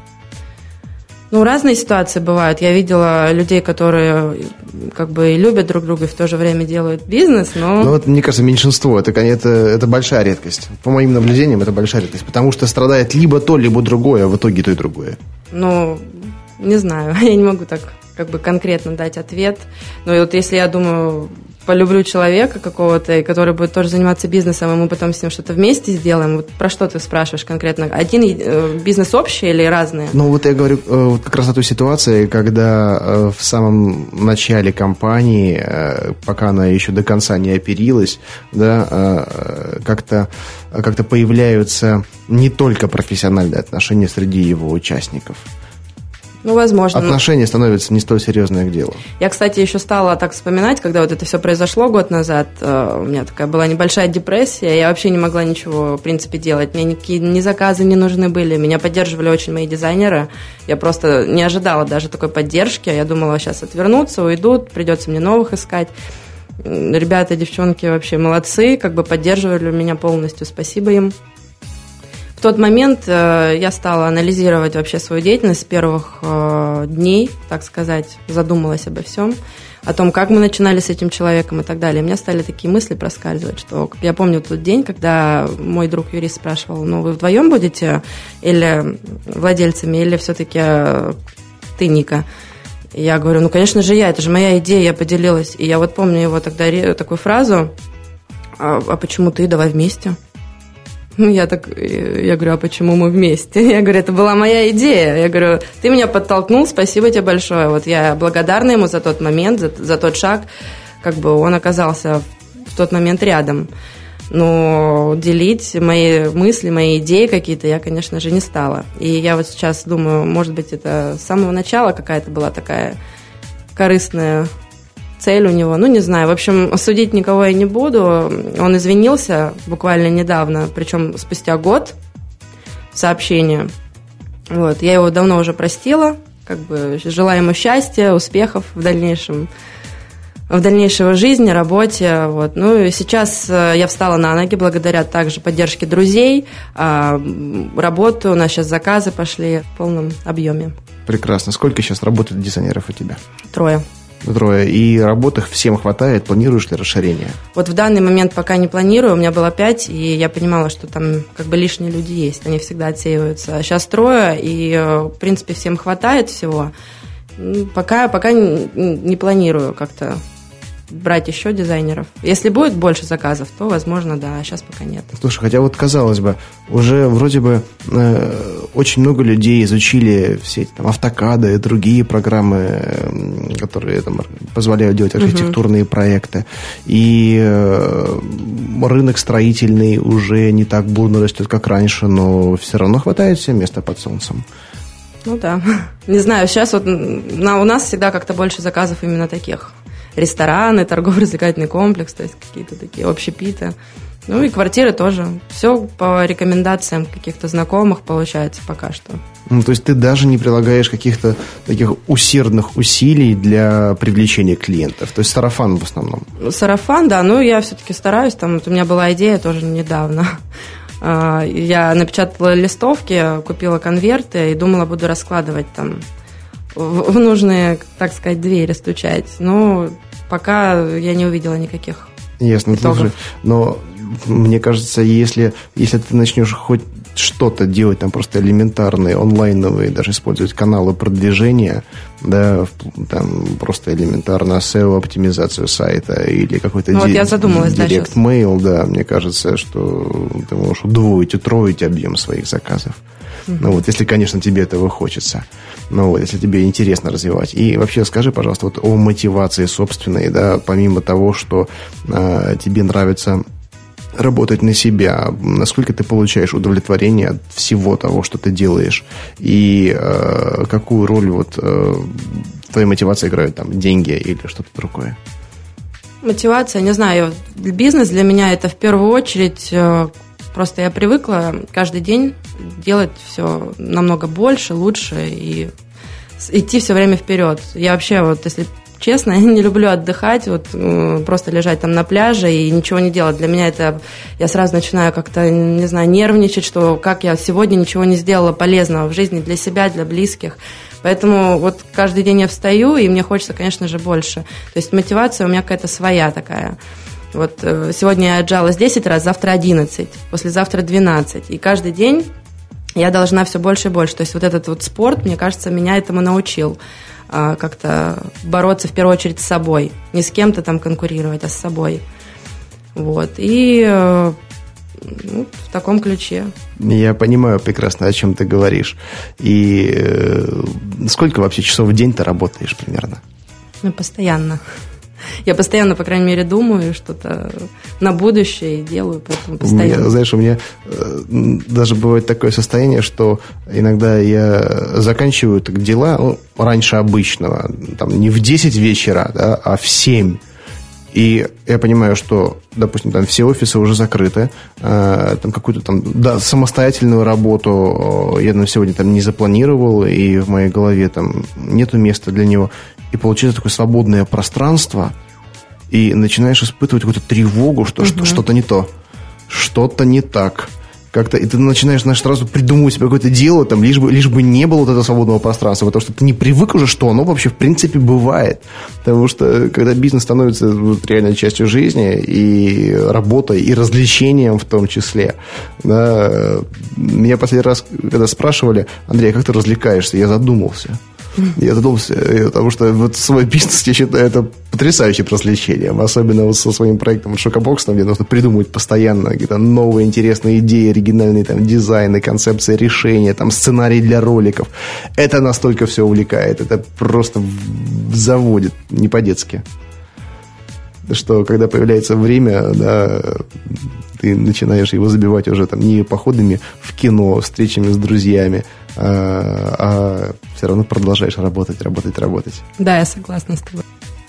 Speaker 3: Разные ситуации бывают. Я видела людей, которые и любят друг друга и в то же время делают бизнес, но...
Speaker 2: мне кажется, меньшинство. Это большая редкость. По моим наблюдениям, это большая редкость. Потому что страдает либо то, либо другое, а в итоге то и другое.
Speaker 3: Не знаю. Я не могу так конкретно дать ответ. Но если я думаю... полюблю человека какого-то, который будет тоже заниматься бизнесом, и мы потом с ним что-то вместе сделаем. Про что ты спрашиваешь конкретно? Один бизнес общий или разные?
Speaker 2: Я говорю как раз о той ситуации, когда в самом начале компании, пока она еще до конца не оперилась, как-то появляются не только профессиональные отношения среди его участников.
Speaker 3: Возможно.
Speaker 2: Отношения становятся не столь серьезное дело.
Speaker 3: Я, кстати, еще стала так вспоминать, когда это все произошло год назад. У меня такая была небольшая депрессия. Я вообще не могла ничего, в принципе, делать. Мне никакие ни заказы не нужны были. Меня поддерживали очень мои дизайнеры. Я просто не ожидала даже такой поддержки. Я думала, сейчас отвернутся, уйдут, придется мне новых искать. Ребята, девчонки вообще молодцы, поддерживали меня полностью. Спасибо им. В тот момент я стала анализировать вообще свою деятельность с первых дней, так сказать, задумалась обо всем, о том, как мы начинали с этим человеком и так далее. У меня стали такие мысли проскальзывать, что я помню тот день, когда мой друг-юрист спрашивал: вы вдвоем будете или владельцами, или все-таки ты, Ника? И я говорю: конечно же я, это же моя идея, я поделилась. И я помню его тогда такую фразу: а почему ты, давай вместе? Я говорю: а почему мы вместе? Я говорю: это была моя идея. Я говорю: ты меня подтолкнул, спасибо тебе большое. Я благодарна ему за тот момент, за тот шаг. Он оказался в тот момент рядом. Но делить мои мысли, мои идеи какие-то я, конечно же, не стала. И я сейчас думаю, может быть, это с самого начала какая-то была такая корыстная цель у него, не знаю. В общем, судить никого я не буду. Он извинился буквально недавно, причем спустя год сообщения. Вот. Я его давно уже простила, желаю ему счастья, успехов в дальнейшей жизни, работе. Вот. И сейчас я встала на ноги благодаря также поддержке друзей. Работаю, у нас сейчас заказы пошли в полном объеме.
Speaker 2: Прекрасно. Сколько сейчас работает дизайнеров у тебя?
Speaker 3: 3.
Speaker 2: 3. И работы всем хватает? Планируешь ли расширение? Вот
Speaker 3: в данный момент пока не планирую. У меня было 5, и я понимала, что там лишние люди есть. Они всегда отсеиваются. А сейчас 3, и, в принципе, всем хватает всего. Пока не планирую как-то брать еще дизайнеров. Если будет больше заказов, то, возможно, да, а сейчас пока нет.
Speaker 2: Слушай, хотя казалось бы, уже вроде бы очень много людей изучили все эти AutoCAD и другие программы, которые позволяют делать архитектурные проекты. И рынок строительный уже не так бурно растет, как раньше, но все равно хватает всем места под солнцем.
Speaker 3: Да. Не знаю, сейчас у нас всегда как-то больше заказов именно таких. Рестораны, торгово-развлекательный комплекс, то есть какие-то такие общепиты. И квартиры тоже. Все по рекомендациям каких-то знакомых получается пока что.
Speaker 2: То есть ты даже не прилагаешь каких-то таких усердных усилий для привлечения клиентов? То есть сарафан в основном?
Speaker 3: Сарафан, да. Я все-таки стараюсь. У меня была идея тоже недавно. Я напечатала листовки, купила конверты и думала, буду раскладывать в нужные, так сказать, двери стучать. Но пока я не увидела никаких
Speaker 2: итогов. Слушай, но мне кажется, если ты начнешь хоть что-то делать, просто элементарные, онлайновые, даже использовать каналы продвижения, да, просто элементарно SEO-оптимизацию сайта или какой-то
Speaker 3: я задумалась,
Speaker 2: директ-мейл, да, мне кажется, что ты можешь удвоить, утроить объем своих заказов. Если, конечно, тебе этого хочется. Если тебе интересно развивать. И вообще скажи, пожалуйста, о мотивации собственной, да, помимо того, что тебе нравится работать на себя, насколько ты получаешь удовлетворение от всего того, что ты делаешь, и какую роль в твоей мотивации играют деньги или что-то другое?
Speaker 3: Мотивация, не знаю, бизнес для меня это в первую очередь. Просто я привыкла каждый день делать все намного больше, лучше и идти все время вперед. Я вообще, если честно, я не люблю отдыхать, просто лежать на пляже и ничего не делать. Для меня это... Я сразу начинаю как-то, не знаю, нервничать, что как я сегодня ничего не сделала полезного в жизни для себя, для близких. Поэтому каждый день я встаю, и мне хочется, конечно же, больше. То есть мотивация у меня какая-то своя такая. Сегодня я отжалась 10 раз, завтра 11, послезавтра 12. И каждый день я должна все больше и больше. То есть этот спорт, мне кажется, меня этому научил. Как-то бороться в первую очередь с собой. Не с кем-то конкурировать, а с собой. И в таком ключе.
Speaker 2: Я понимаю прекрасно, о чем ты говоришь. И сколько вообще часов в день ты работаешь примерно?
Speaker 3: Постоянно. Я постоянно, по крайней мере, думаю что-то на будущее и делаю, поэтому постоянно.
Speaker 2: У меня даже бывает такое состояние, что иногда я заканчиваю дела раньше обычного, не в 10 вечера, да, а в 7. И я понимаю, что, допустим, все офисы уже закрыты, какую-то самостоятельную работу я на сегодня не запланировал, и в моей голове нету места для него. И получается такое свободное пространство, и начинаешь испытывать какую-то тревогу, что что-то не то, что-то не так. Как-то, и ты начинаешь, сразу придумывать себе какое-то дело, лишь бы не было этого свободного пространства, потому что ты не привык уже, что оно вообще в принципе бывает. Потому что когда бизнес становится реальной частью жизни, и работой, и развлечением в том числе, да, меня последний раз, когда спрашивали: Андрей, а как ты развлекаешься? Я задумался. Потому что свой бизнес, я считаю, это потрясающим развлечением. Особенно со своим проектом Шокобокс, где нужно придумывать постоянно какие-то новые интересные идеи, оригинальные дизайны, концепции решения, сценарии для роликов. Это настолько все увлекает. Это просто заводит не по-детски. Что когда появляется время, да, ты начинаешь его забивать уже не походами в кино, встречами с друзьями, а все равно продолжаешь работать.
Speaker 3: Да, я согласна с тобой.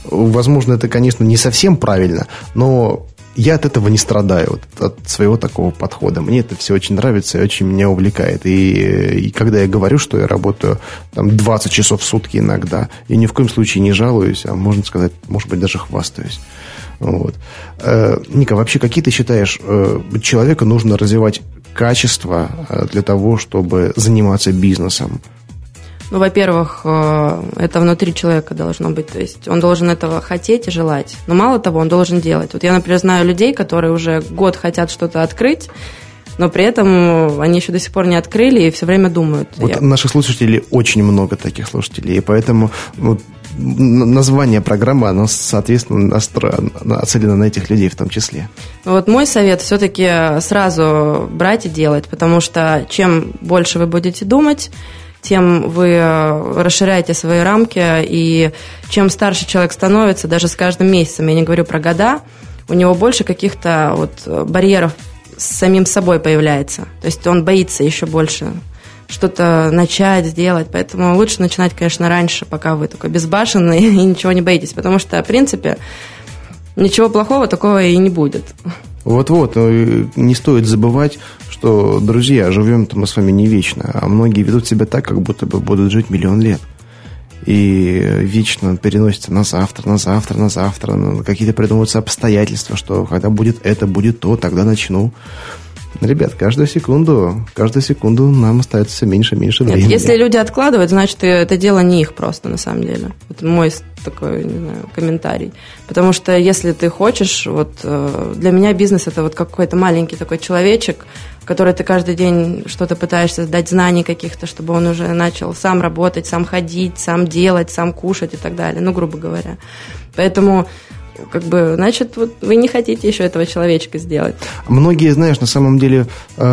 Speaker 2: Возможно, это, конечно, не совсем правильно, но я от этого не страдаю, от своего такого подхода. Мне это все очень нравится и очень меня увлекает. И когда я говорю, что я работаю там 20 часов в сутки иногда, я ни в коем случае не жалуюсь, а можно сказать, может быть, даже хвастаюсь. Вот. Ника, вообще, какие ты считаешь, человеку нужно развивать качества для того, чтобы заниматься бизнесом?
Speaker 3: Ну, во-первых, это внутри человека должно быть. То есть он должен этого хотеть и желать. Но мало того, он должен делать. Вот я, например, знаю людей, которые уже год хотят что-то открыть, но при этом они еще до сих пор не открыли и все время думают.
Speaker 2: Вот наших слушателей очень много таких слушателей, и поэтому название программы, оно, соответственно, нацелено на этих людей в том числе.
Speaker 3: Вот мой совет все-таки сразу брать и делать, потому что чем больше вы будете думать, тем вы расширяете свои рамки, и чем старше человек становится, даже с каждым месяцем, я не говорю про года, у него больше каких-то вот барьеров с самим собой появляется. То есть он боится еще больше что-то начать, сделать. Поэтому лучше начинать, конечно, раньше, пока вы такой безбашенный и ничего не боитесь. Потому что, в принципе, ничего плохого такого и не будет.
Speaker 2: Вот-вот, не стоит забывать, что, друзья, живем-то мы с вами не вечно, а многие ведут себя так, как будто бы будут жить миллион лет. И вечно переносится на завтра, какие-то придумываются обстоятельства, что когда будет это, будет то, тогда начну. Ребят, каждую секунду нам остается все меньше и меньше времени.
Speaker 3: Если люди откладывают, значит, это дело не их просто, на самом деле. Это мой такой, не знаю, комментарий. Потому что если ты хочешь, вот для меня бизнес – это вот какой-то маленький такой человечек, в который ты каждый день что-то пытаешься дать знаний каких-то, чтобы он уже начал сам работать, сам ходить, сам делать, сам кушать и так далее, ну, грубо говоря. Поэтому значит, вот вы не хотите еще этого человечка сделать.
Speaker 2: Многие, знаешь, на самом деле,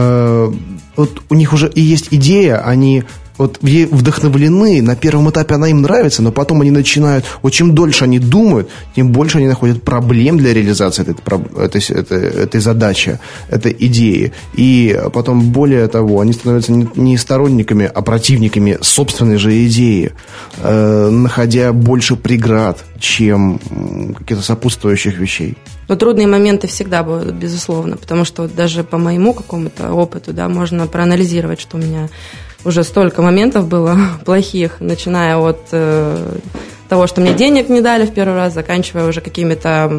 Speaker 2: вот у них уже и есть идея, они вот вдохновлены, на первом этапе она им нравится, но потом они начинают, вот чем дольше они думают, тем больше они находят проблем для реализации этой задачи, этой идеи. И потом, более того, они становятся не сторонниками, а противниками собственной же идеи, находя больше преград, чем каких-то сопутствующих вещей.
Speaker 3: Но трудные моменты всегда будут, безусловно, потому что вот даже по моему какому-то опыту, да, можно проанализировать, что у меня уже столько моментов было плохих, начиная от того, что мне денег не дали в первый раз, заканчивая уже какими-то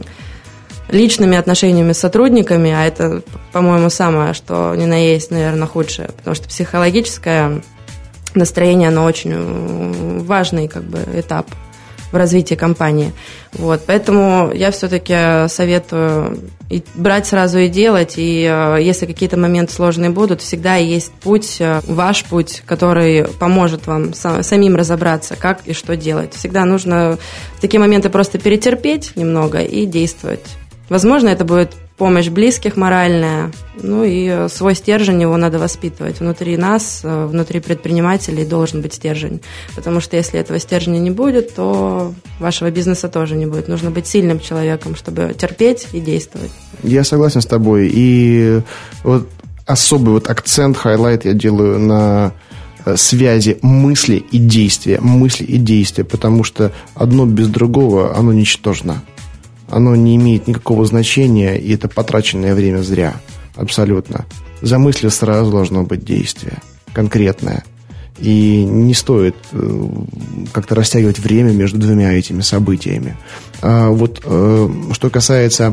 Speaker 3: личными отношениями с сотрудниками, а это, по-моему, самое, что ни на есть, наверное, худшее, потому что психологическое настроение, оно очень важный этап в развитии компании. Вот, поэтому я все-таки советую брать сразу и делать, и если какие-то моменты сложные будут, всегда есть путь, ваш путь, который поможет вам самим разобраться, как и что делать. Всегда нужно в такие моменты просто перетерпеть немного и действовать. Возможно, это будет помощь близких моральная, ну и свой стержень, его надо воспитывать. Внутри нас, внутри предпринимателей должен быть стержень, потому что если этого стержня не будет, то вашего бизнеса тоже не будет. Нужно быть сильным человеком, чтобы терпеть и действовать. Я
Speaker 2: согласен с тобой, и вот особый акцент, хайлайт я делаю на связи мысли и действия, потому что одно без другого, оно ничтожно. Оно не имеет никакого значения, и это потраченное время зря. Абсолютно. За мыслью сразу должно быть действие. Конкретное. И не стоит как-то растягивать время между двумя этими событиями. А вот что касается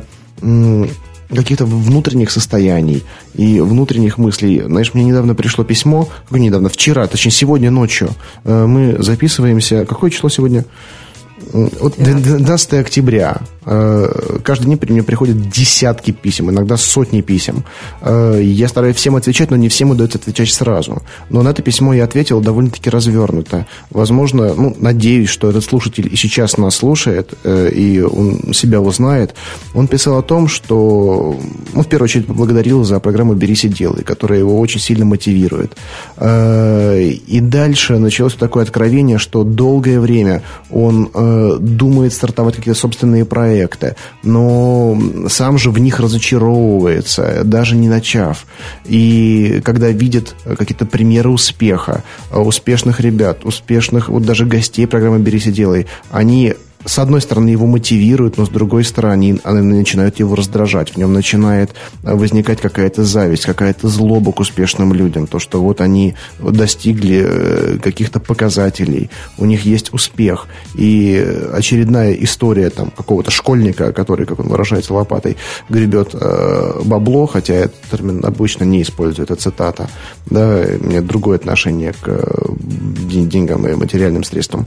Speaker 2: каких-то внутренних состояний и внутренних мыслей. Знаешь, мне недавно пришло письмо, вчера, точнее, сегодня ночью. Мы записываемся. Какое число сегодня? 12 октября. Каждый день мне приходят десятки писем, иногда сотни писем. Я стараюсь всем отвечать, но не всем удается отвечать сразу. Но на это письмо я ответил довольно-таки развернуто. Возможно, надеюсь, что этот слушатель и сейчас нас слушает, и он себя узнает. Он писал о том, что, в первую очередь, поблагодарил за программу «Берись и делай», которая его очень сильно мотивирует. И дальше началось такое откровение, что долгое время он думает стартовать какие-то собственные проекты, но сам же в них разочаровывается, даже не начав. И когда видит какие-то примеры успеха, успешных ребят, успешных даже гостей программы «Берись и делай», они с одной стороны, его мотивируют, но с другой стороны, они начинают его раздражать. В нем начинает возникать какая-то зависть, какая-то злоба к успешным людям. То, что вот они достигли каких-то показателей, у них есть успех. И очередная история там, какого-то школьника, который, как он выражается, лопатой гребет бабло, хотя этот термин обычно не использует, это цитата. Да, у меня другое отношение к деньгам и материальным средствам.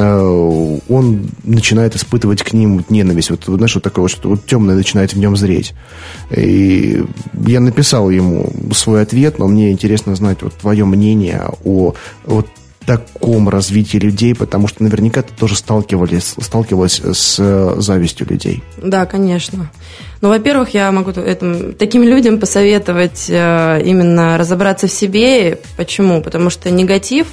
Speaker 2: Он начинает испытывать к ним ненависть. Вот, знаешь, вот такое, что вот темное начинает в нем зреть. И я написал ему свой ответ, но мне интересно знать вот твое мнение о вот таком развитии людей, потому что наверняка ты тоже сталкивалась с завистью людей.
Speaker 3: Да, конечно. Ну, во-первых, я могу таким людям посоветовать именно разобраться в себе. Почему? Потому что негатив,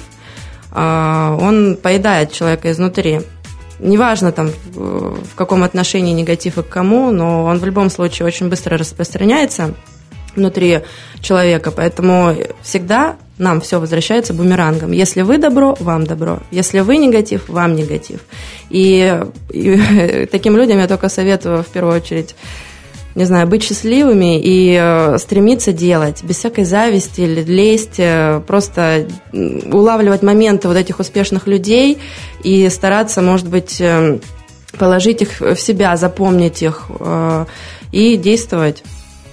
Speaker 3: он поедает человека изнутри. Неважно, там, в каком отношении негатив и к кому, но он в любом случае очень быстро распространяется внутри человека, поэтому всегда нам все возвращается бумерангом. Если вы добро, вам добро. Если вы негатив, вам негатив. И таким людям я только советую в первую очередь, не знаю, быть счастливыми и стремиться делать, без всякой зависти или лести, просто улавливать моменты вот этих успешных людей и стараться, может быть, положить их в себя, запомнить их и действовать.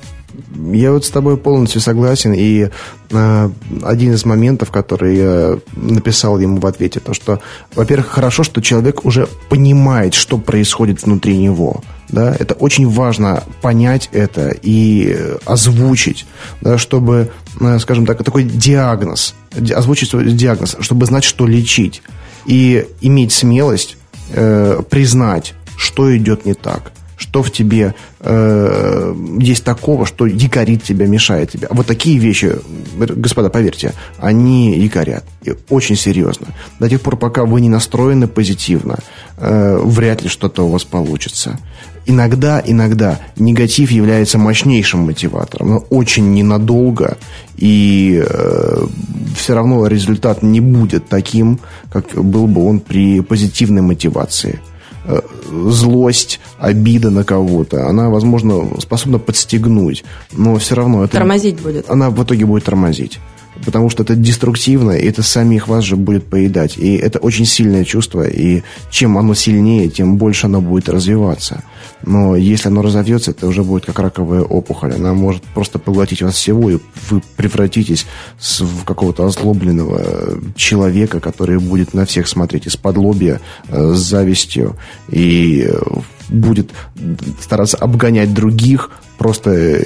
Speaker 2: Я вот с тобой полностью согласен, и один из моментов, который я написал ему в ответе, то, что, во-первых, хорошо, что человек уже понимает, что происходит внутри него, да, это очень важно понять это и озвучить, да, чтобы, скажем так, такой диагноз, озвучить свой диагноз, чтобы знать, что лечить, и иметь смелость признать, что идет не так, что в тебе есть такого, что якорит тебя, мешает тебе. Вот такие вещи, господа, поверьте, они якорят. И очень серьезно. До тех пор, пока вы не настроены позитивно, вряд ли что-то у вас получится. Иногда негатив является мощнейшим мотиватором, но очень ненадолго, и все равно результат не будет таким, как был бы он при позитивной мотивации. Злость, обида на кого-то, она, возможно, способна подстегнуть, но все равно это...
Speaker 3: Тормозить будет.
Speaker 2: Она в итоге будет тормозить. Потому что это деструктивно, и это самих вас же будет поедать. И это очень сильное чувство, и чем оно сильнее, тем больше оно будет развиваться. Но если оно разовьется, это уже будет как раковая опухоль. Она может просто поглотить вас всего, и вы превратитесь в какого-то озлобленного человека, который будет на всех смотреть из-подлобья, с завистью, и будет стараться обгонять других просто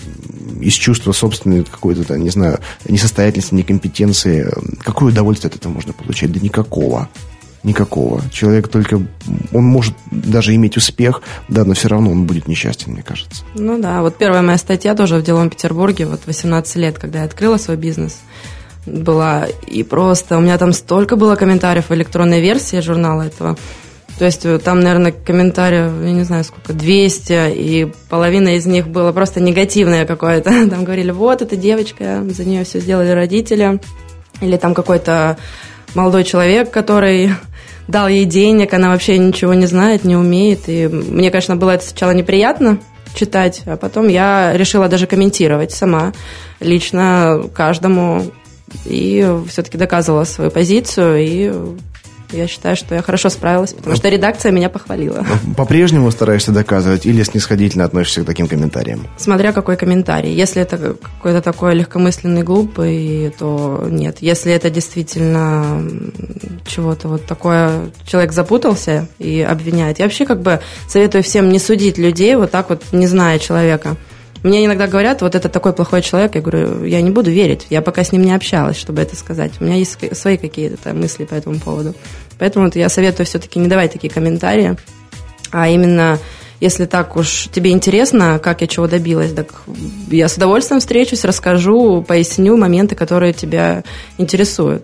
Speaker 2: из чувства собственной какой-то, не знаю, несостоятельности, некомпетенции. Какое удовольствие от этого можно получать? Да никакого. Никакого. Человек только... Он может даже иметь успех, да, но все равно он будет несчастен, мне кажется.
Speaker 3: Ну да, вот первая моя статья тоже в «Деловом Петербурге», вот 18 лет, когда я открыла свой бизнес, была, и просто у меня там столько было комментариев в электронной версии журнала этого. То есть там, наверное, комментариев, я не знаю сколько, 200, и половина из них было просто негативное какое-то. Там говорили, вот эта девочка, за нее все сделали родители. Или там какой-то молодой человек, который дал ей денег, она вообще ничего не знает, не умеет. И мне, конечно, было это сначала неприятно читать, а потом я решила даже комментировать сама, лично каждому. И все-таки доказывала свою позицию, и... Я считаю, что я хорошо справилась, потому что редакция меня похвалила.
Speaker 2: По-прежнему стараешься доказывать или снисходительно относишься к таким комментариям?
Speaker 3: Смотря какой комментарий. Если это какой-то такой легкомысленный, глупый, то нет. Если это действительно чего-то вот такое, человек запутался и обвиняет. Я вообще как бы советую всем не судить людей вот так вот, не зная человека. Мне иногда говорят, вот это такой плохой человек, я говорю, я не буду верить, я пока с ним не общалась, чтобы это сказать. У меня есть свои какие-то мысли по этому поводу. Поэтому вот я советую все-таки не давать такие комментарии, а именно, если так уж тебе интересно, как я чего добилась, так я с удовольствием встречусь, расскажу, поясню моменты, которые тебя интересуют.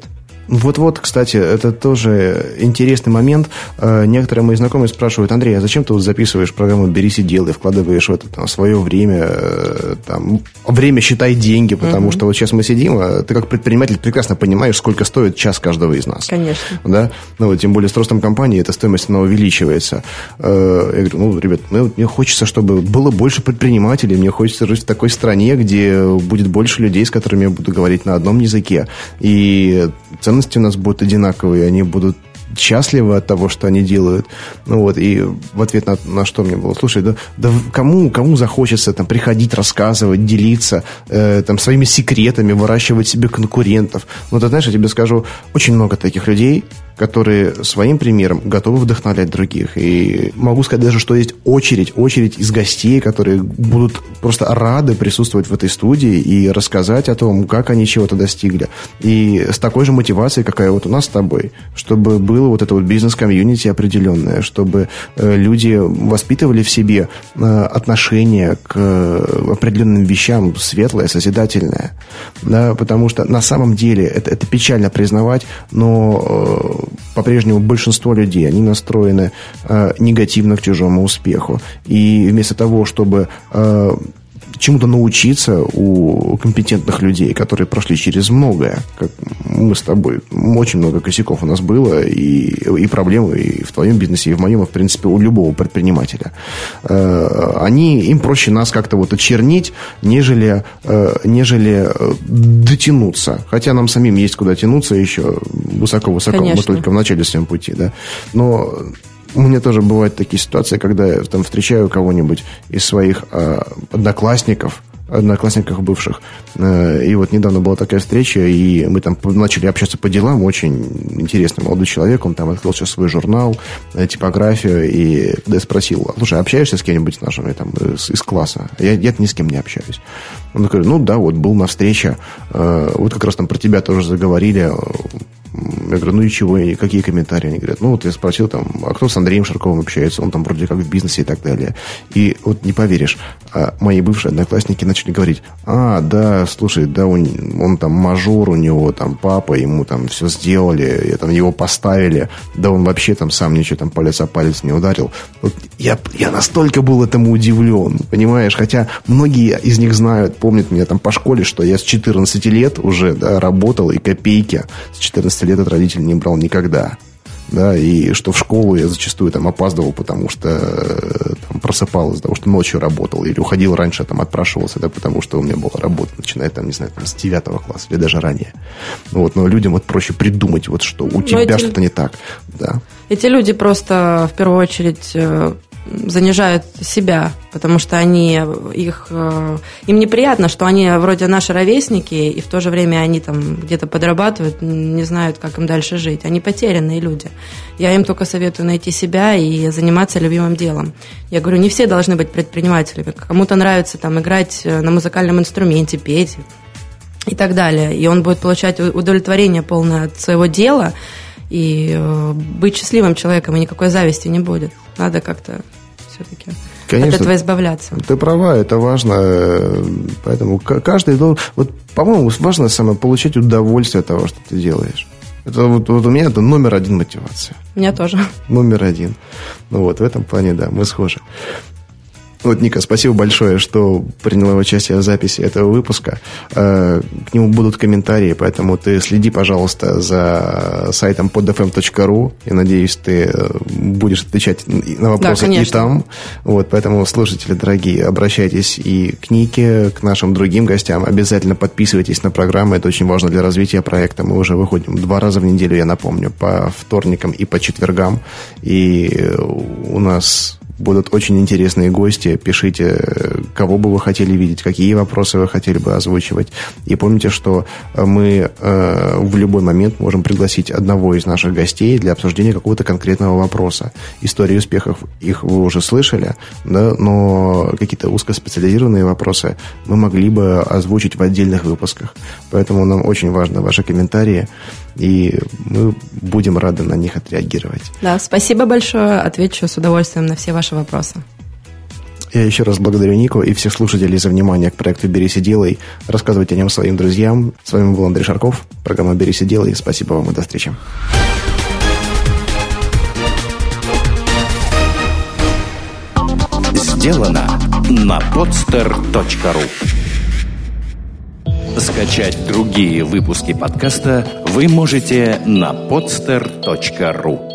Speaker 2: Вот, кстати, это тоже интересный момент. Некоторые мои знакомые спрашивают: Андрей, а зачем ты вот записываешь программу «Берись и делай», вкладываешь в это там свое время, время считай деньги, потому что вот сейчас мы сидим, а ты как предприниматель прекрасно понимаешь, сколько стоит час каждого из нас.
Speaker 3: Конечно.
Speaker 2: Да? Тем более с ростом компании эта стоимость, она увеличивается. Я говорю, ребят, мне хочется, чтобы было больше предпринимателей, мне хочется жить в такой стране, где будет больше людей, с которыми я буду говорить на одном языке, и ценности у нас будут одинаковые, они будут счастливы от того, что они делают. И в ответ на что мне было: слушай, да кому захочется там приходить, рассказывать, делиться своими секретами, выращивать себе конкурентов. Ты знаешь, я тебе скажу, очень много таких людей, которые своим примером готовы вдохновлять других. И могу сказать даже, что есть очередь из гостей, которые будут просто рады присутствовать в этой студии и рассказать о том, как они чего-то достигли. И с такой же мотивацией, какая вот у нас с тобой, чтобы было вот это вот бизнес-комьюнити определенное, чтобы люди воспитывали в себе отношение к определенным вещам светлое, созидательное. Да, потому что на самом деле это печально признавать, но по-прежнему большинство людей, они настроены негативно к чужому успеху. И вместо того, чтобы чему-то научиться у компетентных людей, которые прошли через многое, как мы с тобой, очень много косяков у нас было, и проблем и в твоем бизнесе, и в моем, и, в принципе, у любого предпринимателя. Им проще нас как-то вот очернить, нежели дотянуться. Хотя нам самим есть куда тянуться еще высоко-высоко. Конечно. Мы только в начале своем пути, да. Но у меня тоже бывают такие ситуации, когда я там встречаю кого-нибудь из своих одноклассников бывших. И вот недавно была такая встреча, и мы там начали общаться по делам. Очень интересный молодой человек, он там открыл сейчас свой журнал, типографию, и когда я спросил: слушай, общаешься с кем-нибудь нашими там из класса? Я ни с кем не общаюсь. Он такой: вот был на встрече, вот как раз там про тебя тоже заговорили. Я говорю: и чего, и какие комментарии? Они говорят: я спросил там, а кто с Андреем Шарковым общается, он там вроде как в бизнесе и так далее. И вот не поверишь, мои бывшие одноклассники начали говорить: да, слушай, да, он там мажор, у него там папа, ему там все сделали, его поставили, да он вообще там сам ничего, там палец о палец не ударил. Вот я настолько был этому удивлен, понимаешь, хотя многие из них знают, помнят меня там по школе, что я с 14 лет уже, да, работал, и копейки с 14 лет от родителей не брал никогда. Да, и что в школу я зачастую там опаздывал, потому что там просыпался из-за того, что ночью работал, или уходил раньше, там отпрашивался, да, потому что у меня была работа, начиная там, не знаю, там, с 9 класса или даже ранее. Но людям вот проще придумать, вот что у тебя что-то не так. Да.
Speaker 3: Эти люди просто в первую очередь занижают себя, потому что им неприятно, что они вроде наши ровесники, и в то же время они там где-то подрабатывают, не знают, как им дальше жить. Они потерянные люди. Я им только советую найти себя и заниматься любимым делом. Я говорю, не все должны быть предпринимателями. Кому-то нравится там играть на музыкальном инструменте, петь и так далее. И он будет получать удовлетворение полное от своего дела, и быть счастливым человеком, и никакой зависти не будет. Надо как-то все-таки от этого избавляться.
Speaker 2: Ты права, это важно. Поэтому каждый должен... Вот, по-моему, важно самое получать удовольствие от того, что ты делаешь. Это вот у меня это номер один мотивация.
Speaker 3: У меня тоже.
Speaker 2: Номер один. В этом плане, да, мы схожи. Ника, спасибо большое, что приняла участие в записи этого выпуска. К нему будут комментарии, поэтому ты следи, пожалуйста, за сайтом podfm.ru. Я надеюсь, ты будешь отвечать на вопросы и там. Поэтому, слушатели дорогие, обращайтесь и к Нике, к нашим другим гостям. Обязательно подписывайтесь на программы. Это очень важно для развития проекта. Мы уже выходим 2 раза в неделю, я напомню, по вторникам и по четвергам. И у нас будут очень интересные гости. Пишите, кого бы вы хотели видеть, какие вопросы вы хотели бы озвучивать. И помните, что мы в любой момент можем пригласить одного из наших гостей для обсуждения какого-то конкретного вопроса. Истории успехов их вы уже слышали, да, но какие-то узкоспециализированные вопросы мы могли бы озвучить в отдельных выпусках. Поэтому нам очень важны ваши комментарии, и мы будем рады на них отреагировать.
Speaker 3: Да, спасибо большое. Отвечу с удовольствием на все ваши вопросы.
Speaker 2: Я еще раз благодарю Нику и всех слушателей за внимание к проекту «Берись и делай». Рассказывайте о нем своим друзьям. С вами был Андрей Шарков. Программа «Берись и делай». Спасибо вам и до встречи.
Speaker 1: Сделано на podster.ru. Скачать другие выпуски подкаста вы можете на podster.ru.